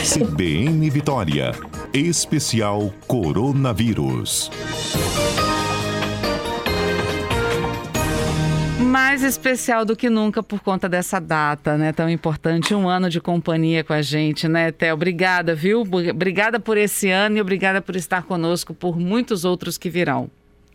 CBN Vitória. Especial Coronavírus. Mais especial do que nunca por conta dessa data, né? Tão importante, um ano de companhia com a gente, né, Theo? Obrigada, viu? Obrigada por esse ano e obrigada por estar conosco por muitos outros que virão.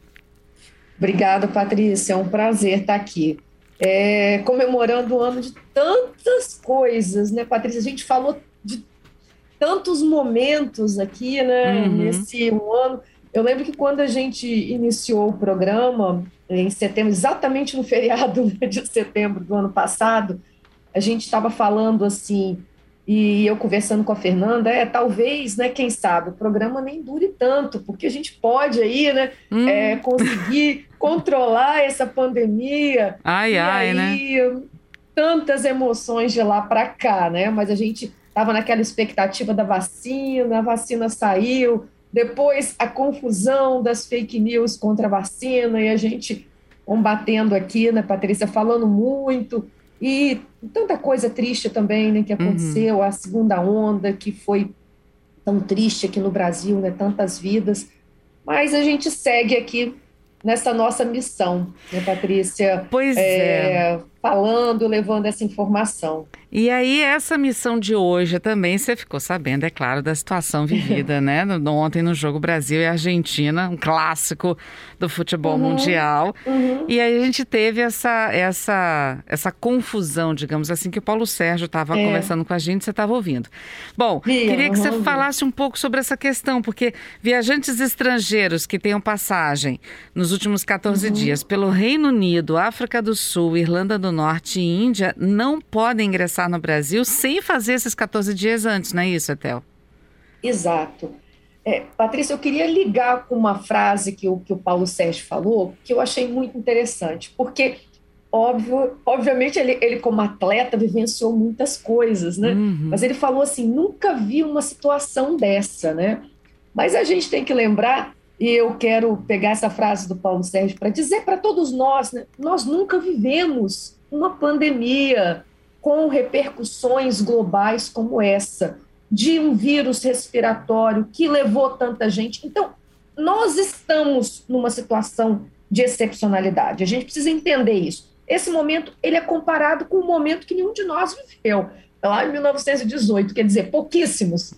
Obrigada, Patrícia. É um prazer estar aqui. Comemorando o ano de tantas coisas, né, Patrícia? A gente falou de tantos momentos aqui, né, nesse um ano. Eu lembro que quando a gente iniciou o programa, em setembro, exatamente no feriado de setembro do ano passado, a gente estava falando assim, e eu conversando com a Fernanda, talvez, né, quem sabe, o programa nem dure tanto, porque a gente pode aí, né, conseguir controlar essa pandemia. Ai, né? Tantas emoções de lá para cá, né? Mas a gente estava naquela expectativa da vacina, a vacina saiu, depois a confusão das fake news contra a vacina, e a gente combatendo aqui, né, Patrícia, falando muito, e tanta coisa triste também, né, que aconteceu, a segunda onda, que foi tão triste aqui no Brasil, né, tantas vidas, mas a gente segue aqui nessa nossa missão, né, Patrícia? Pois é. Falando, levando essa informação. E aí, essa missão de hoje também, você ficou sabendo, é claro, da situação vivida, né? Ontem no jogo Brasil e Argentina, um clássico do futebol mundial. E aí a gente teve essa confusão, digamos assim, que o Paulo Sérgio estava conversando com a gente, você estava ouvindo. Bom, queria que você falasse um pouco sobre essa questão, porque viajantes estrangeiros que tenham passagem nos últimos 14 dias pelo Reino Unido, África do Sul, Irlanda do Norte e Índia não podem ingressar no Brasil sem fazer esses 14 dias antes, não é isso, Etel? Exato. Patrícia, eu queria ligar com uma frase que o Paulo Sérgio falou, que eu achei muito interessante, porque, obviamente, ele como atleta vivenciou muitas coisas, né? Mas ele falou assim, nunca vi uma situação dessa, né? Mas a gente tem que lembrar, e eu quero pegar essa frase do Paulo Sérgio para dizer para todos nós, né? Nós nunca vivemos uma pandemia com repercussões globais como essa, de um vírus respiratório que levou tanta gente. Então, nós estamos numa situação de excepcionalidade. A gente precisa entender isso. Esse momento, ele é comparado com um momento que nenhum de nós viveu, lá em 1918, quer dizer, pouquíssimos,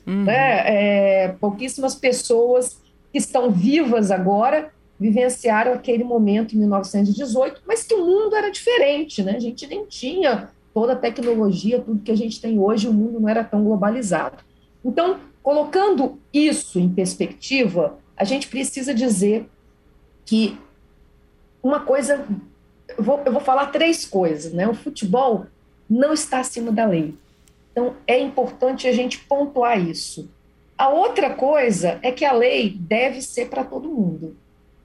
né? Pouquíssimas pessoas que estão vivas agora vivenciaram aquele momento em 1918, mas que o mundo era diferente, né? A gente nem tinha toda a tecnologia, tudo que a gente tem hoje, o mundo não era tão globalizado. Então, colocando isso em perspectiva, a gente precisa dizer que uma coisa, eu vou falar 3 coisas, né? O futebol não está acima da lei. Então, é importante a gente pontuar isso. A outra coisa é que a lei deve ser para todo mundo.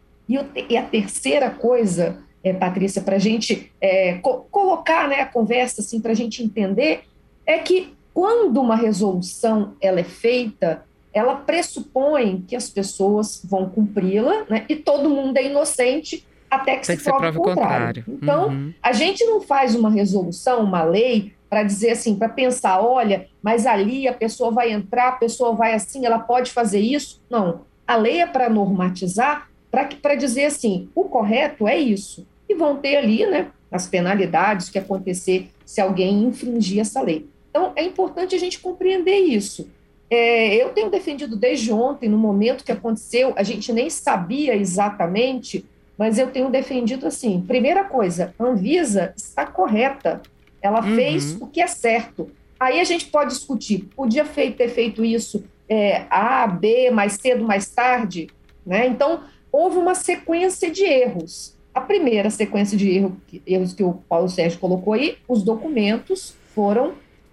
E a terceira coisa, Patrícia, para a gente colocar, né, a conversa assim, para a gente entender, é que quando uma resolução ela é feita, ela pressupõe que as pessoas vão cumpri-la, né, e todo mundo é inocente até que se prove o contrário. Então, a gente não faz uma resolução, uma lei, para dizer assim, para pensar, olha, mas ali a pessoa vai entrar, a pessoa vai assim, ela pode fazer isso. Não, a lei é para normatizar, para dizer assim, o correto é isso. E vão ter ali, né, as penalidades que acontecer se alguém infringir essa lei. Então, é importante a gente compreender isso. Eu tenho defendido desde ontem, no momento que aconteceu, a gente nem sabia exatamente, mas eu tenho defendido assim, primeira coisa, a Anvisa está correta, ela fez o que é certo. Aí a gente pode discutir, podia ter feito isso A, B, mais cedo, mais tarde, né? Então, houve uma sequência de erros. A primeira sequência de erros que o Paulo Sérgio colocou aí, os documentos foram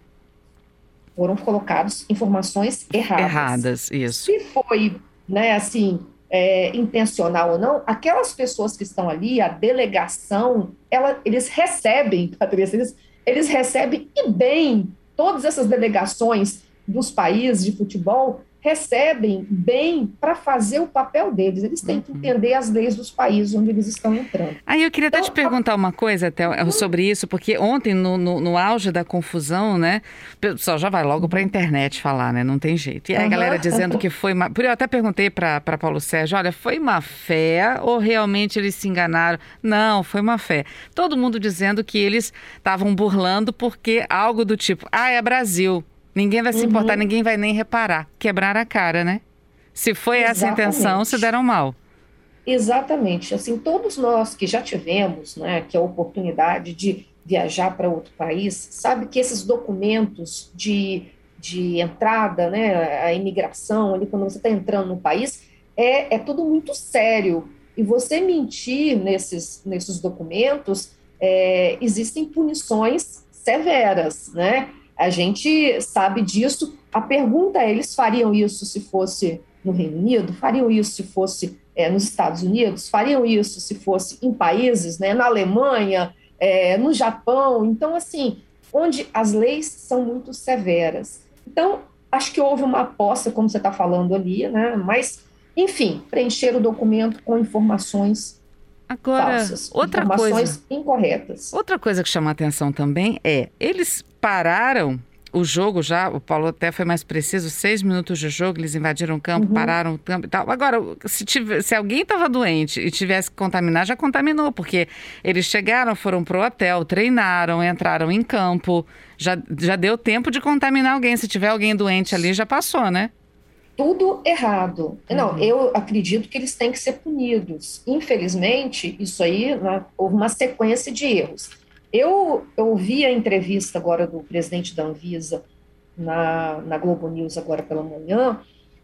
colocados informações erradas. Isso. Se foi, né, assim, intencional ou não, aquelas pessoas que estão ali, a delegação, eles recebem, Patrícia, eles recebem, e bem, todas essas delegações dos países de futebol recebem bem para fazer o papel deles. Eles têm que entender as leis dos países onde eles estão entrando. Aí eu queria até te perguntar uma coisa até sobre isso, porque ontem, no auge da confusão, né, o pessoal já vai logo para a internet falar, né, não tem jeito. E aí a galera dizendo que foi uma... Eu até perguntei para Paulo Sérgio, olha, foi má fé ou realmente eles se enganaram? Não, foi má fé. Todo mundo dizendo que eles estavam burlando porque algo do tipo, é Brasil. Ninguém vai se importar, ninguém vai nem reparar. Quebrar a cara, né? Se foi essa a intenção, se deram mal. Exatamente. Assim, todos nós que já tivemos, né, que a oportunidade de viajar para outro país, sabe que esses documentos de entrada, né, a imigração, ali quando você está entrando no país, é tudo muito sério. E você mentir nesses documentos, existem punições severas, né? A gente sabe disso. A pergunta é, eles fariam isso se fosse no Reino Unido? Fariam isso se fosse nos Estados Unidos? Fariam isso se fosse em países, né, na Alemanha, no Japão? Então, assim, onde as leis são muito severas. Então, acho que houve uma aposta, como você está falando ali, né? Mas, enfim, preencher o documento com informações falsas, informações incorretas. Outra coisa que chama a atenção também eles pararam o jogo já, o Paulo até foi mais preciso, 6 minutos de jogo, eles invadiram o campo, pararam o campo e tal. Agora, se alguém estava doente e tivesse que contaminar, já contaminou, porque eles chegaram, foram pro hotel, treinaram, entraram em campo, já deu tempo de contaminar alguém. Se tiver alguém doente ali, já passou, né? Tudo errado. Não, eu acredito que eles têm que ser punidos. Infelizmente, isso aí, né, houve uma sequência de erros. Eu ouvi a entrevista agora do presidente da Anvisa na Globo News agora pela manhã,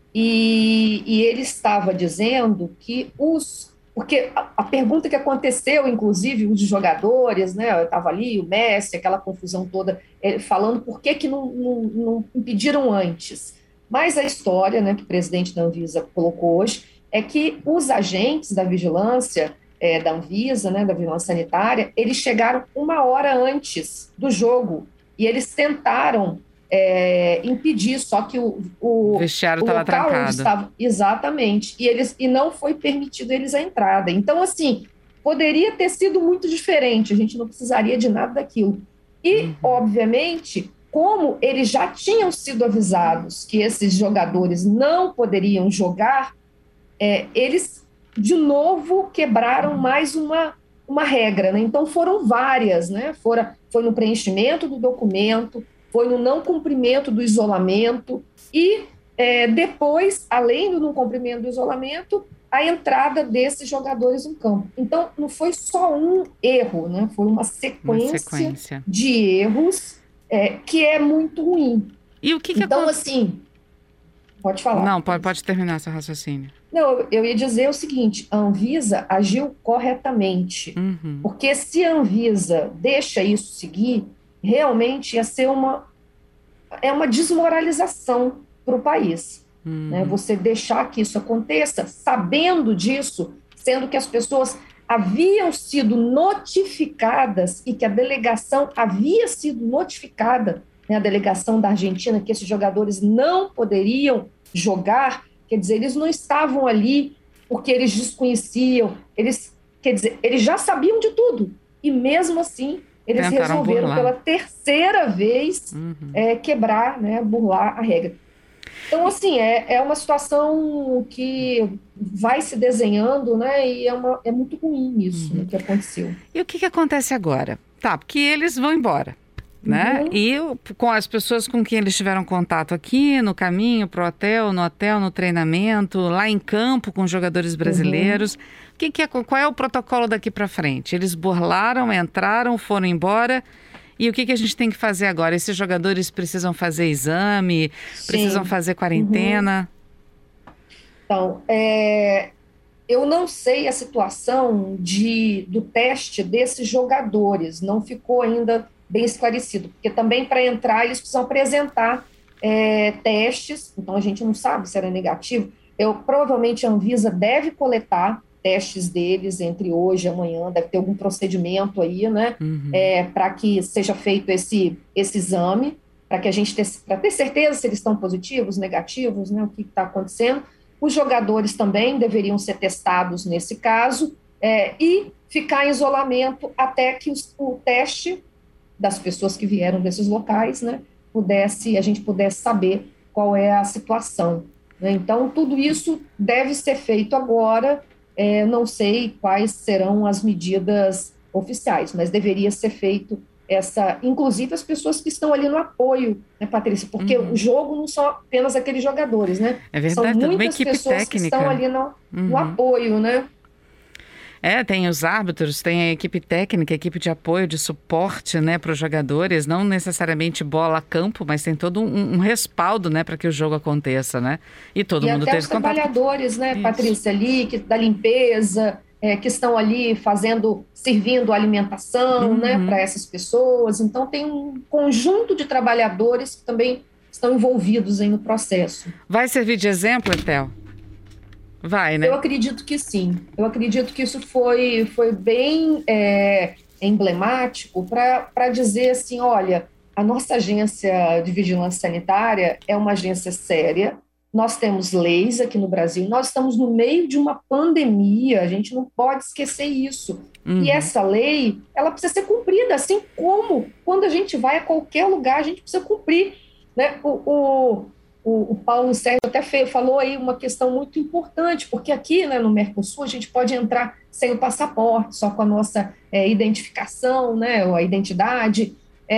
e ele estava dizendo que porque a pergunta que aconteceu, inclusive, os jogadores, né, eu estava ali, o Messi, aquela confusão toda, falando por que não impediram antes. Mas a história, né, que o presidente da Anvisa colocou hoje é que os agentes da vigilância da Anvisa, né, da vigilância sanitária, eles chegaram 1 hora antes do jogo e eles tentaram impedir, só que o vestiário estava trancado. Exatamente, e não foi permitido eles a entrada. Então, assim, poderia ter sido muito diferente, a gente não precisaria de nada daquilo. E, obviamente, como eles já tinham sido avisados que esses jogadores não poderiam jogar, eles, de novo, quebraram mais uma regra, né? Então, foram várias, né? Foi no preenchimento do documento, foi no não cumprimento do isolamento e, depois, além do não cumprimento do isolamento, a entrada desses jogadores em campo. Então, não foi só um erro, né? Foi uma sequência de erros que é muito ruim. E o que então, assim, pode falar. Não, pode terminar seu raciocínio. Não, eu ia dizer o seguinte, a Anvisa agiu corretamente, porque se a Anvisa deixa isso seguir, realmente ia ser uma desmoralização para o país. Né? Você deixar que isso aconteça, sabendo disso, sendo que as pessoas haviam sido notificadas e que a delegação havia sido notificada, né, a delegação da Argentina, que esses jogadores não poderiam jogar, quer dizer, eles não estavam ali porque eles desconheciam, eles já sabiam de tudo, e mesmo assim eles resolveram burlar. Pela terceira vez quebrar, né, burlar a regra. Então, assim, é uma situação que vai se desenhando, né? E é muito ruim isso, né, que aconteceu. E o que acontece agora? Tá, porque eles vão embora, né? E com as pessoas com quem eles tiveram contato aqui, no caminho pro hotel, no treinamento, lá em campo com os jogadores brasileiros. Qual é o protocolo daqui para frente? Eles burlaram, entraram, foram embora... E o que a gente tem que fazer agora? Esses jogadores precisam fazer exame? Sim. Precisam fazer quarentena? Então, eu não sei a situação do teste desses jogadores. Não ficou ainda bem esclarecido. Porque também para entrar eles precisam apresentar testes. Então a gente não sabe se era negativo. Provavelmente a Anvisa deve coletar testes deles entre hoje e amanhã, deve ter algum procedimento aí, né, para que seja feito esse exame, para que a gente para ter certeza se eles estão positivos, negativos, né, o que está acontecendo. Os jogadores também deveriam ser testados nesse caso e ficar em isolamento até que o teste das pessoas que vieram desses locais, né, a gente pudesse saber qual é a situação, né? Então, tudo isso deve ser feito agora. Não sei quais serão as medidas oficiais, mas deveria ser feito inclusive as pessoas que estão ali no apoio, né, Patrícia? Porque o jogo não são apenas aqueles jogadores, né? É verdade, são muitas equipe pessoas técnica que estão ali no apoio, né? Tem os árbitros, tem a equipe técnica, a equipe de apoio, de suporte, né, para os jogadores, não necessariamente bola a campo, mas tem todo um respaldo, né, para que o jogo aconteça, né? E todo mundo até teve os contato. Trabalhadores, né, Patrícia, ali, da limpeza, que estão ali servindo alimentação, né, para essas pessoas. Então, tem um conjunto de trabalhadores que também estão envolvidos aí no processo. Vai servir de exemplo, Etel? Vai, né? Eu acredito que sim. Eu acredito que isso foi bem emblemático para dizer assim, olha, a nossa agência de vigilância sanitária é uma agência séria, nós temos leis aqui no Brasil, nós estamos no meio de uma pandemia, a gente não pode esquecer isso. E essa lei, ela precisa ser cumprida, assim como quando a gente vai a qualquer lugar, a gente precisa cumprir, né? O Paulo Sérgio até falou aí uma questão muito importante, porque aqui, né, no Mercosul a gente pode entrar sem o passaporte, só com a nossa identificação, né, ou a identidade,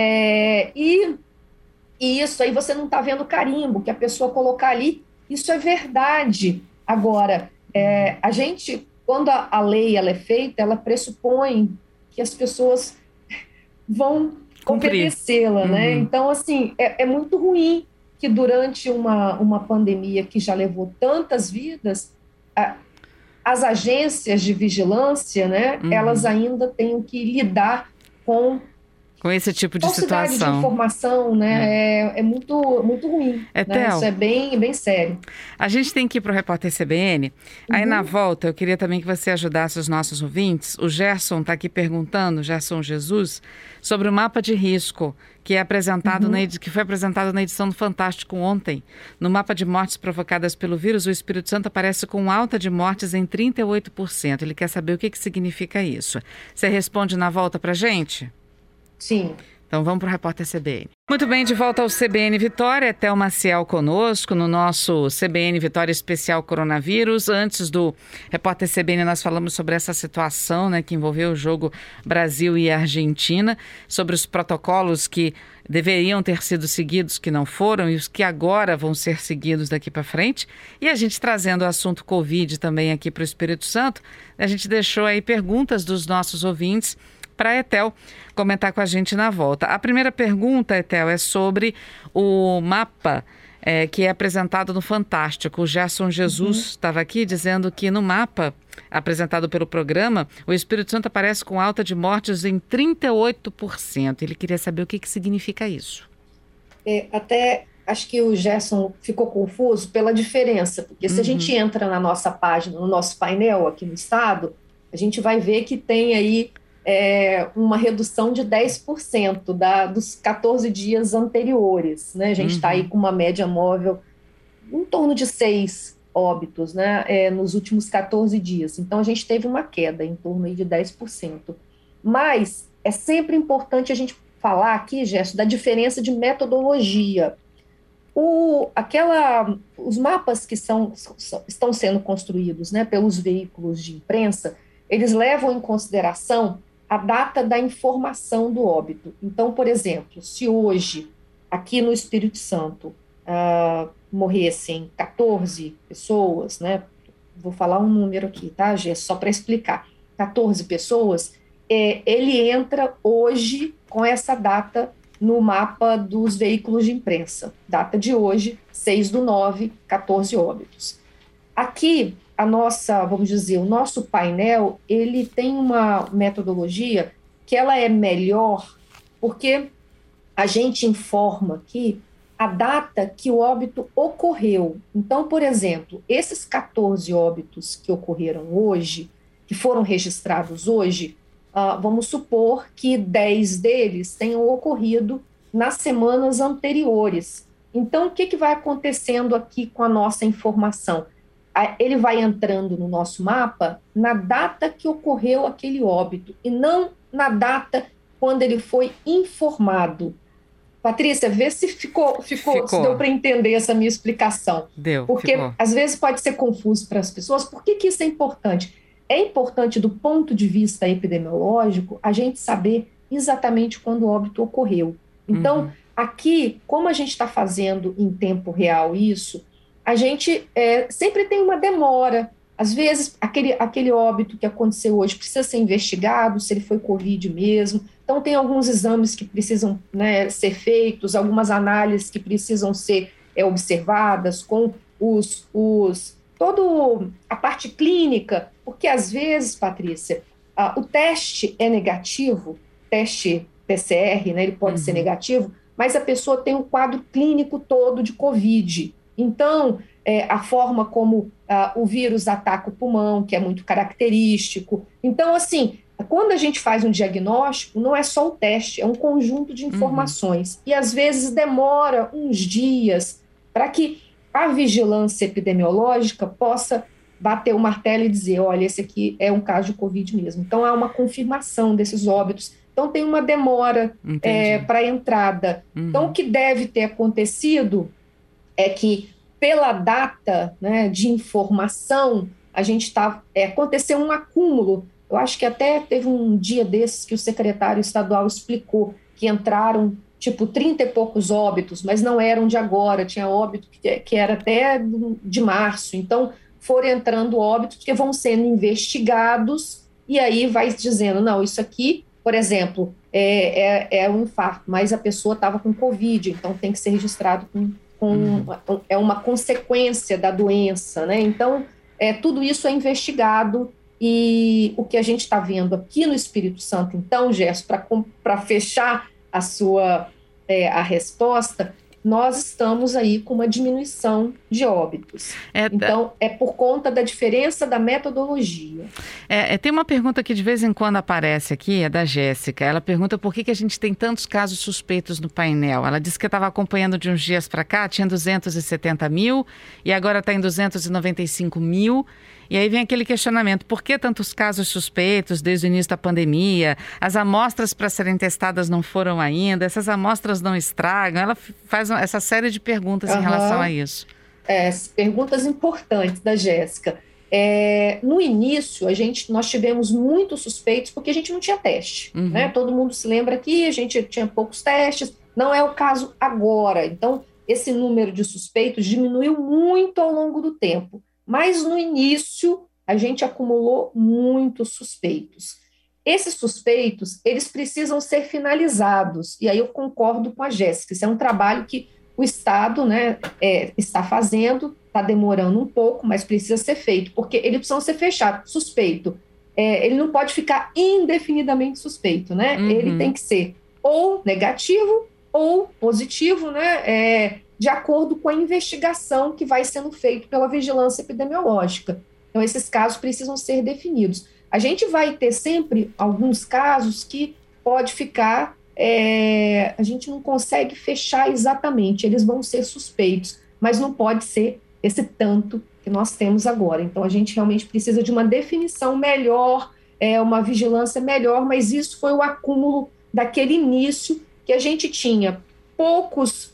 e isso aí você não está vendo carimbo, que a pessoa colocar ali, isso é verdade. Agora, a gente, quando a lei ela é feita, ela pressupõe que as pessoas vão obedecê-la, né? Então, assim, é muito ruim que durante uma pandemia que já levou tantas vidas, as agências de vigilância, né, elas ainda tenham que lidar com esse tipo de falsidade situação. De informação, né, é muito, muito ruim. Né? Isso é bem, bem sério. A gente tem que ir para o Repórter CBN. Aí, na volta, eu queria também que você ajudasse os nossos ouvintes. O Gerson está aqui perguntando, Gerson Jesus, sobre o mapa de risco que que foi apresentado na edição do Fantástico ontem. No mapa de mortes provocadas pelo vírus, o Espírito Santo aparece com alta de mortes em 38%. Ele quer saber o que significa isso. Você responde na volta para a gente? Sim. Então vamos para o Repórter CBN. Muito bem, de volta ao CBN Vitória, Théo Maciel conosco no nosso CBN Vitória Especial Coronavírus. Antes do Repórter CBN nós falamos sobre essa situação, né, que envolveu o jogo Brasil e Argentina, sobre os protocolos que deveriam ter sido seguidos, que não foram, e os que agora vão ser seguidos daqui para frente. E a gente trazendo o assunto Covid também aqui para o Espírito Santo, a gente deixou aí perguntas dos nossos ouvintes para a Etel comentar com a gente na volta. A primeira pergunta, Etel, é sobre o mapa que é apresentado no Fantástico. O Gerson Jesus estava aqui dizendo que no mapa apresentado pelo programa, o Espírito Santo aparece com alta de mortes em 38%. Ele queria saber o que significa isso. Até acho que o Gerson ficou confuso pela diferença, porque se a gente entra na nossa página, no nosso painel aqui no estado, a gente vai ver que tem aí uma redução de 10% dos 14 dias anteriores, né? A gente está aí com uma média móvel em torno de 6 óbitos, né? Nos últimos 14 dias. Então, a gente teve uma queda em torno aí de 10%. Mas é sempre importante a gente falar aqui, Gerson, da diferença de metodologia. Os mapas que estão sendo construídos, né, pelos veículos de imprensa, eles levam em consideração a data da informação do óbito. Então, por exemplo, se hoje, aqui no Espírito Santo, morressem 14 pessoas, né? Vou falar um número aqui, tá, Gê? Só para explicar. 14 pessoas, ele entra hoje com essa data no mapa dos veículos de imprensa. Data de hoje, 6/9, 14 óbitos. Aqui, vamos dizer, o nosso painel, ele tem uma metodologia que ela é melhor, porque a gente informa aqui a data que o óbito ocorreu. Então, por exemplo, esses 14 óbitos que ocorreram hoje, que foram registrados hoje, vamos supor que 10 deles tenham ocorrido nas semanas anteriores. Então, o que vai acontecendo aqui com a nossa informação? Ele vai entrando no nosso mapa na data que ocorreu aquele óbito e não na data quando ele foi informado. Patrícia, vê se ficou. Se deu para entender essa minha explicação. Porque às vezes pode ser confuso para as pessoas. Por que isso é importante? É importante, do ponto de vista epidemiológico, a gente saber exatamente quando o óbito ocorreu. Então, aqui, como a gente está fazendo em tempo real isso, a gente sempre tem uma demora. Às vezes, aquele óbito que aconteceu hoje precisa ser investigado, se ele foi Covid mesmo. Então, tem alguns exames que precisam, né, ser feitos, algumas análises que precisam ser observadas com toda a parte clínica, porque às vezes, Patrícia, o teste é negativo, teste PCR, né, ele pode ser negativo, mas a pessoa tem um quadro clínico todo de Covid. Então, a forma como o vírus ataca o pulmão, que é muito característico. Então, assim, quando a gente faz um diagnóstico, não é só o teste, é um conjunto de informações. E, às vezes, demora uns dias para que a vigilância epidemiológica possa bater o martelo e dizer, olha, esse aqui é um caso de Covid mesmo. Então, há uma confirmação desses óbitos. Então, tem uma demora para a entrada. Então, o que deve ter acontecido é que, pela data, né, de informação, a gente aconteceu um acúmulo. Eu acho que até teve um dia desses que o secretário estadual explicou que entraram, 30 e poucos óbitos, mas não eram de agora, tinha óbito que era até de março. Então, foram entrando óbitos que vão sendo investigados e aí vai dizendo, não, isso aqui, por exemplo, é um infarto, mas a pessoa estava com Covid, então tem que ser registrado é uma consequência da doença, né? Então, tudo isso é investigado e o que a gente está vendo aqui no Espírito Santo, então, Gerson, para fechar a resposta, nós estamos aí com uma diminuição de óbitos. Então, é por conta da diferença da metodologia. Tem uma pergunta que de vez em quando aparece aqui, é da Jéssica. Ela pergunta por que a gente tem tantos casos suspeitos no painel. Ela disse que estava acompanhando de uns dias para cá, tinha 270 mil e agora está em 295 mil. E aí vem aquele questionamento, por que tantos casos suspeitos desde o início da pandemia? As amostras para serem testadas não foram ainda, essas amostras não estragam? Ela faz essa série de perguntas em relação a isso. Perguntas importantes da Jéssica. No início, nós tivemos muitos suspeitos porque a gente não tinha teste. Né? Todo mundo se lembra que a gente tinha poucos testes, não é o caso agora. Então, esse número de suspeitos diminuiu muito ao longo do tempo. Mas no início, a gente acumulou muitos suspeitos. Esses suspeitos, eles precisam ser finalizados. E aí eu concordo com a Jéssica. Isso é um trabalho que o Estado, né, está fazendo, está demorando um pouco, mas precisa ser feito, porque eles precisam ser fechados. Suspeito, ele não pode ficar indefinidamente suspeito, né? Ele tem que ser ou negativo ou positivo, né? De acordo com a investigação que vai sendo feita pela vigilância epidemiológica. Então, esses casos precisam ser definidos. A gente vai ter sempre alguns casos que pode ficar, a gente não consegue fechar exatamente, eles vão ser suspeitos, mas não pode ser esse tanto que nós temos agora. Então, a gente realmente precisa de uma definição melhor, uma vigilância melhor, mas isso foi o acúmulo daquele início que a gente tinha poucos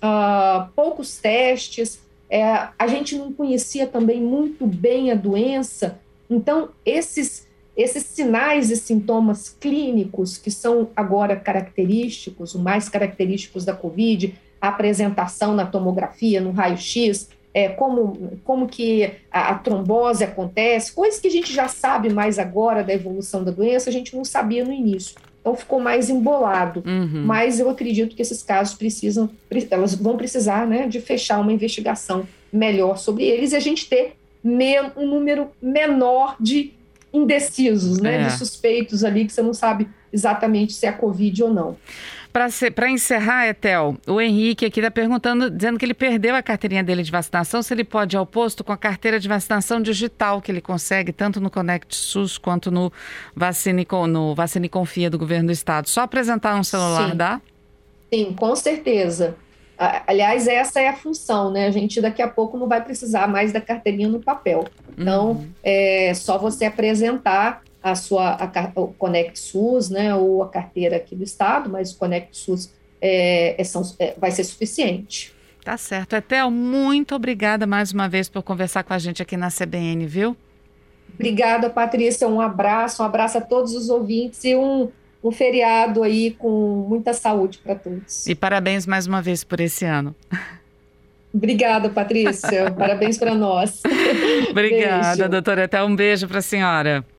testes, a gente não conhecia também muito bem a doença, então esses sinais e sintomas clínicos que são agora característicos, os mais característicos da Covid, a apresentação na tomografia, no raio-x, como que a trombose acontece, coisas que a gente já sabe mais agora da evolução da doença, a gente não sabia no início. Então, ficou mais embolado. Mas eu acredito que esses casos elas vão precisar, né, de fechar uma investigação melhor sobre eles e a gente ter um número menor de indecisos, né, de suspeitos ali, que você não sabe exatamente se é Covid ou não. Para encerrar, Etel, o Henrique aqui está perguntando, dizendo que ele perdeu a carteirinha dele de vacinação, se ele pode ir ao posto com a carteira de vacinação digital que ele consegue, tanto no Conect SUS quanto no Vacine Confia do governo do estado. Só apresentar um celular, Sim. dá? Sim, com certeza. Aliás, essa é a função, né? A gente daqui a pouco não vai precisar mais da carteirinha no papel. Então, Uhum. é só você apresentar o Conect SUS, né? Ou a carteira aqui do Estado, mas o Conect SUS vai ser suficiente. Tá certo. Etel, muito obrigada mais uma vez por conversar com a gente aqui na CBN, viu? Obrigada, Patrícia. Um abraço a todos os ouvintes e um feriado aí com muita saúde para E todos. parabéns mais uma vez por esse ano. Obrigada, Patrícia. Parabéns para nós. Obrigada, Beijo. doutora Etel. Um beijo para a senhora.